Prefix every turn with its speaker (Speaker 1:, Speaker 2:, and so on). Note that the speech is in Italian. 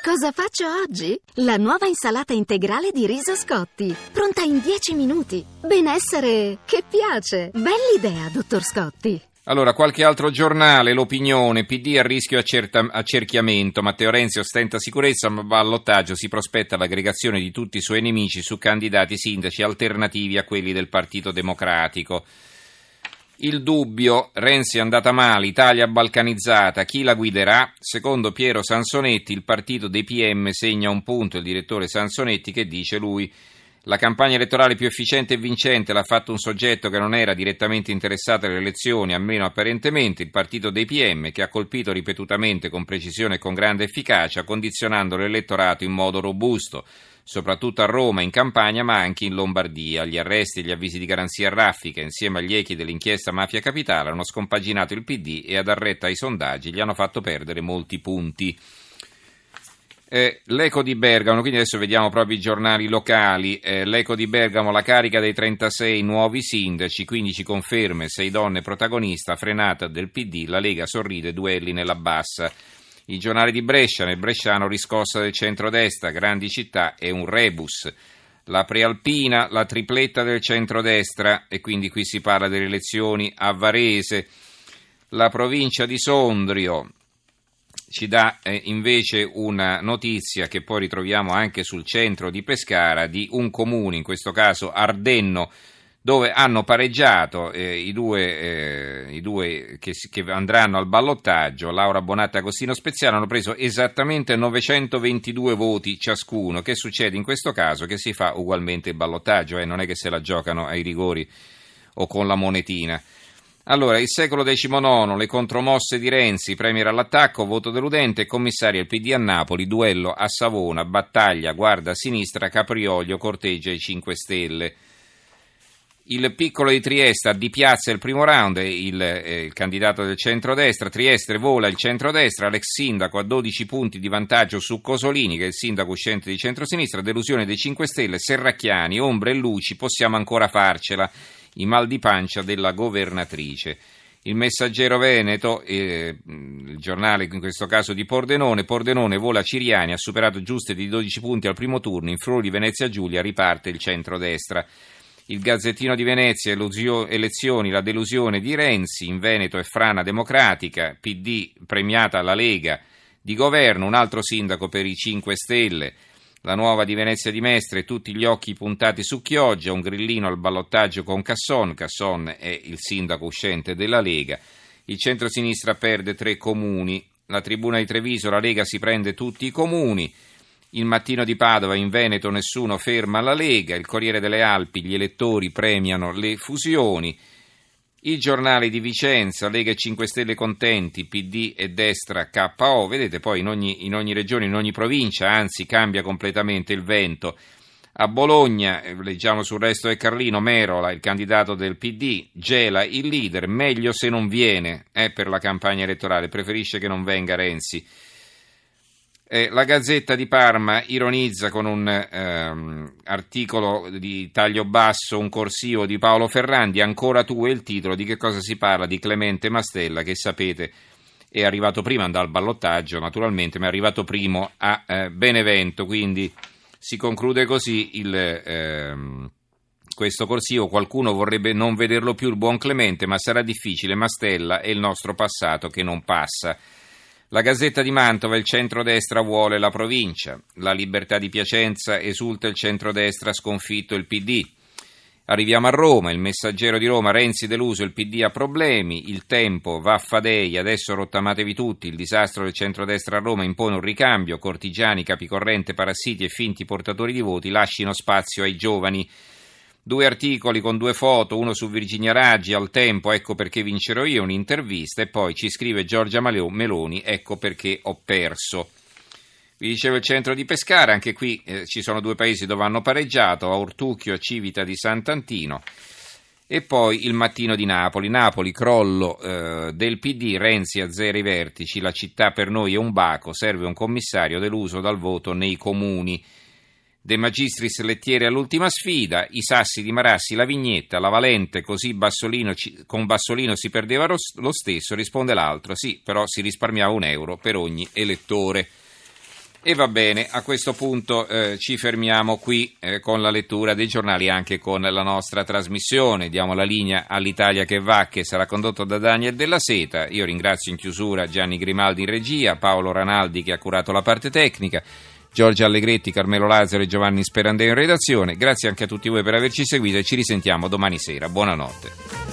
Speaker 1: Cosa faccio oggi? La nuova insalata integrale di riso Scotti, pronta in 10 minuti. Benessere che piace. Bell'idea, dottor Scotti.
Speaker 2: Allora, qualche altro giornale, l'Opinione, PD a rischio accerchiamento, Matteo Renzi ostenta sicurezza, ma ballottaggio si prospetta l'aggregazione di tutti i suoi nemici su candidati sindaci alternativi a quelli del Partito Democratico. Il Dubbio, Renzi è andata male, Italia balcanizzata, chi la guiderà? Secondo Piero Sansonetti il partito dei PM segna un punto, il direttore Sansonetti che dice lui: la campagna elettorale più efficiente e vincente l'ha fatto un soggetto che non era direttamente interessato alle elezioni, almeno apparentemente, il partito dei PM, che ha colpito ripetutamente con precisione e con grande efficacia, condizionando l'elettorato in modo robusto, soprattutto a Roma, in Campania, ma anche in Lombardia. Gli arresti e gli avvisi di garanzia a raffica, insieme agli echi dell'inchiesta Mafia Capitale, hanno scompaginato il PD e, a dar retta ai sondaggi, gli hanno fatto perdere molti punti. L'Eco di Bergamo, quindi adesso vediamo proprio i giornali locali. L'Eco di Bergamo, la carica dei 36 nuovi sindaci, 15 conferme, 6 donne protagonista, frenata del PD, la Lega sorride, duelli nella bassa. Il giornale di Brescia, nel bresciano riscossa del centrodestra, grandi città e un rebus. La Prealpina, la tripletta del centrodestra, e quindi qui si parla delle elezioni a Varese. La provincia di Sondrio ci dà invece una notizia che poi ritroviamo anche sul centro di Pescara, di un comune, in questo caso Ardenno, dove hanno pareggiato i due che andranno al ballottaggio. Laura Bonatti e Agostino Speziano hanno preso esattamente 922 voti ciascuno. Che succede in questo caso? Che si fa ugualmente il ballottaggio, non è che se la giocano ai rigori o con la monetina. Allora, il secolo XIX, le contromosse di Renzi, premier all'attacco, voto deludente, commissario al PD a Napoli, duello a Savona, battaglia, guarda a sinistra, Capriolio corteggia i 5 Stelle. Il piccolo di Trieste di piazza il primo round, il candidato del centrodestra, Trieste vola il centrodestra, l'ex sindaco a 12 punti di vantaggio su Cosolini, che è il sindaco uscente di centrosinistra, delusione dei 5 Stelle, Serracchiani, ombre e luci, possiamo ancora farcela. I mal di pancia della governatrice. Il Messaggero Veneto, il giornale in questo caso di Pordenone vola Ciriani, ha superato Giuste di 12 punti al primo turno, in Friuli Venezia Giulia riparte il centrodestra. Il Gazzettino di Venezia, elezioni, la delusione di Renzi, in Veneto è frana democratica, PD premiata la Lega di governo, un altro sindaco per i 5 Stelle. La Nuova di Venezia di Mestre, tutti gli occhi puntati su Chioggia, un grillino al ballottaggio con Casson è il sindaco uscente della Lega. Il centrosinistra perde 3 comuni, la Tribuna di Treviso, la Lega si prende tutti i comuni. Il Mattino di Padova, in Veneto nessuno ferma la Lega. Il Corriere delle Alpi, gli elettori premiano le fusioni. Il Giornale di Vicenza, Lega e 5 Stelle contenti, PD e destra KO. Vedete poi in ogni regione, in ogni provincia, anzi cambia completamente il vento. A Bologna, leggiamo sul Resto del Carlino, Merola, il candidato del PD, gela il leader, meglio se non viene per la campagna elettorale, preferisce che non venga Renzi. La Gazzetta di Parma ironizza con un articolo di taglio basso, un corsivo di Paolo Ferrandi, ancora tu, è il titolo. Di che cosa si parla? Di Clemente Mastella, che sapete è arrivato prima, andò al ballottaggio naturalmente, ma è arrivato primo a Benevento, quindi si conclude così questo corsivo. Qualcuno vorrebbe non vederlo più il buon Clemente, ma sarà difficile, Mastella è il nostro passato che non passa. La Gazzetta di Mantova, il centrodestra vuole la provincia. La Libertà di Piacenza, esulta il centrodestra, sconfitto il PD. Arriviamo a Roma, il Messaggero di Roma, Renzi deluso, il PD ha problemi. Il Tempo, Vaffadei, adesso rottamatevi tutti, il disastro del centrodestra a Roma impone un ricambio. Cortigiani, capicorrente, parassiti e finti portatori di voti lascino spazio ai giovani. 2 articoli con 2 foto, uno su Virginia Raggi, al Tempo, ecco perché vincerò io, un'intervista, e poi ci scrive Giorgia Meloni, ecco perché ho perso. Vi dicevo il centro di Pescara, anche qui ci sono 2 paesi dove hanno pareggiato, a Ortucchio, Civita di Sant'Antino, e poi il Mattino di Napoli, crollo del PD, Renzi azzera i vertici, la città per noi è un baco, serve un commissario deluso dal voto nei comuni. De Magistris lettiere all'ultima sfida, i sassi di Marassi, la vignetta, la Valente, così con Bassolino si perdeva lo stesso, risponde l'altro, sì, però si risparmiava €1 per ogni elettore. E va bene, a questo punto ci fermiamo qui con la lettura dei giornali, anche con la nostra trasmissione. Diamo la linea all'Italia che va, che sarà condotto da Daniel Della Seta. Io ringrazio in chiusura Gianni Grimaldi in regia, Paolo Ranaldi che ha curato la parte tecnica, Giorgia Allegretti, Carmelo Lazzaro e Giovanni Sperandeo in redazione. Grazie anche a tutti voi per averci seguito e ci risentiamo domani sera. Buonanotte.